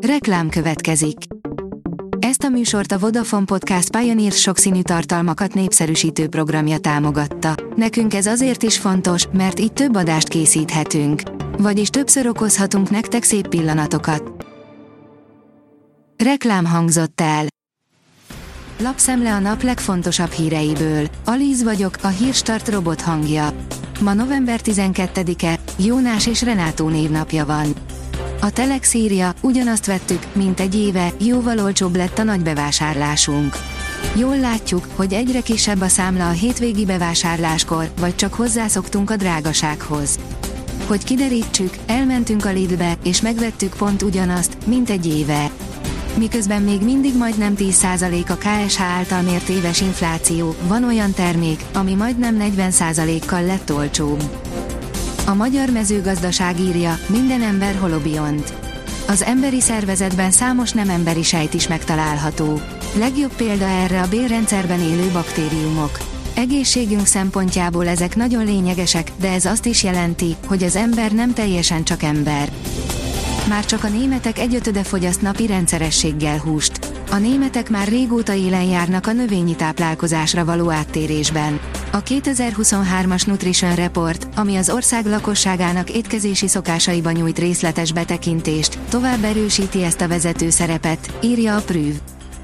Reklám következik. Ezt a műsort a Vodafone Podcast Pioneer sokszínű tartalmakat népszerűsítő programja támogatta. Nekünk ez azért is fontos, mert így több adást készíthetünk. Vagyis többször okozhatunk nektek szép pillanatokat. Reklám hangzott el. Lapszemle a nap legfontosabb híreiből. Alíz vagyok, a Hírstart robot hangja. Ma november 12-e, Jónás és Renátó névnapja van. A Telex írja, ugyanazt vettük, mint egy éve, jóval olcsóbb lett a nagy bevásárlásunk. Jól látjuk, hogy egyre kisebb a számla a hétvégi bevásárláskor, vagy csak hozzászoktunk a drágasághoz. Hogy kiderítsük, elmentünk a Lidlbe, és megvettük pont ugyanazt, mint egy éve. Miközben még mindig majdnem 10% a KSH által mért éves infláció, van olyan termék, ami majdnem 40%-kal lett olcsóbb. A Magyar Mezőgazdaság írja, minden ember holobiont. Az emberi szervezetben számos nem emberi sejt is megtalálható. Legjobb példa erre a bélrendszerben élő baktériumok. Egészségünk szempontjából ezek nagyon lényegesek, de ez azt is jelenti, hogy az ember nem teljesen csak ember. Már csak a németek 1/5 fogyaszt napi rendszerességgel húst. A németek már régóta élen járnak a növényi táplálkozásra való áttérésben. A 2023-as Nutrition Report, ami az ország lakosságának étkezési szokásaiba nyújt részletes betekintést, tovább erősíti ezt a vezető szerepet, írja a Prüv.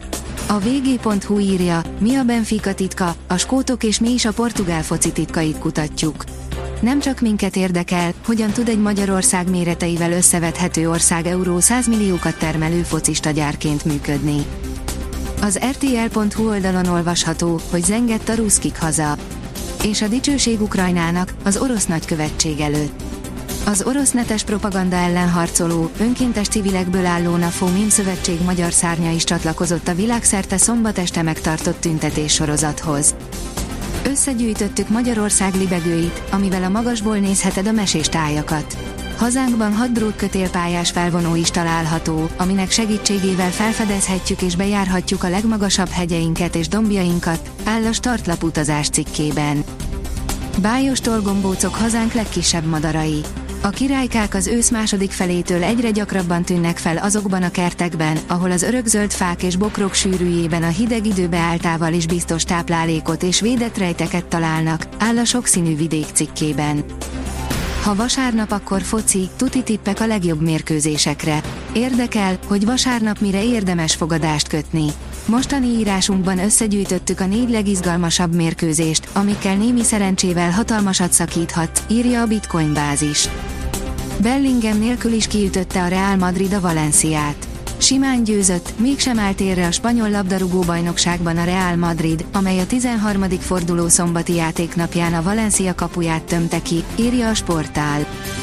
A vg.hu írja, mi a Benfica titka, a skótok és mi is a portugál foci titkait kutatjuk. Nem csak minket érdekel, hogyan tud egy Magyarország méreteivel összevethető ország euró 100 milliókat termelő focista gyárként működni. Az RTL.hu oldalon olvasható, hogy zengett a ruszkik haza. És a dicsőség Ukrajnának, az orosz nagykövetség előtt. Az orosz netes propaganda ellen harcoló, önkéntes civilekből álló NAFO Mím Szövetség magyar szárnya is csatlakozott a világszerte szombat este megtartott tüntetéssorozathoz. Összegyűjtöttük Magyarország libegőit, amivel a magasból nézheted a mesés tájakat. Hazánkban 6 drótkötélpályás felvonó is található, aminek segítségével felfedezhetjük és bejárhatjuk a legmagasabb hegyeinket és dombjainkat, áll a Startlap utazás cikkében. Bájostól gombócok hazánk legkisebb madarai. A királykák az ősz második felétől egyre gyakrabban tűnnek fel azokban a kertekben, ahol az örökzöld fák és bokrok sűrűjében a hideg idő beálltával is biztos táplálékot és védett rejteket találnak, áll a sokszínű vidék cikkében. Ha vasárnap, akkor foci, tuti tippek a legjobb mérkőzésekre. Érdekel, hogy vasárnap mire érdemes fogadást kötni. Mostani írásunkban összegyűjtöttük a 4 legizgalmasabb mérkőzést, amikkel némi szerencsével hatalmasat szakíthat, írja a Bitcoin bázis. Bellingham nélkül is kiütötte a Real Madrid a Valenciát. Simán győzött, mégsem állt érre a spanyol labdarúgó-bajnokságban a Real Madrid, amely a 13. forduló szombati játéknapján a Valencia kapuját tömte ki, írja a Sportál.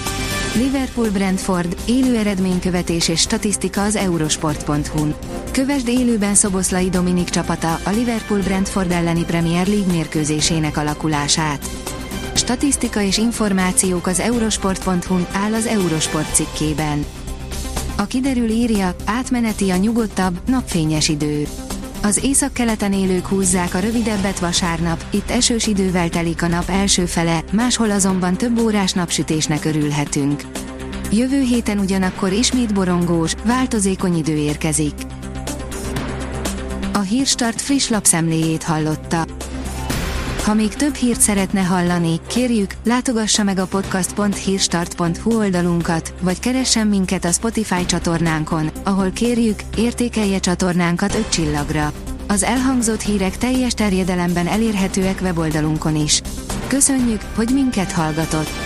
Liverpool-Brentford, élő eredménykövetés és statisztika az Eurosport.hu-n. Kövesd élőben Szoboszlai Dominik csapata, a Liverpool-Brentford elleni Premier League mérkőzésének alakulását. Statisztika és információk az Eurosport.hu-n, áll az Eurosport cikkében. A kiderül írja, átmeneti a nyugodtabb, napfényes idő. Az északkeleten élők húzzák a rövidebbet vasárnap, itt esős idővel telik a nap első fele, máshol azonban több órás napsütésnek örülhetünk. Jövő héten ugyanakkor ismét borongós, változékony idő érkezik. A Hírstart friss lapszemléjét hallotta. Ha még több hírt szeretne hallani, kérjük, látogassa meg a podcast.hírstart.hu oldalunkat, vagy keressen minket a Spotify csatornánkon, ahol kérjük, értékelje csatornánkat 5 csillagra. Az elhangzott hírek teljes terjedelemben elérhetőek weboldalunkon is. Köszönjük, hogy minket hallgatott!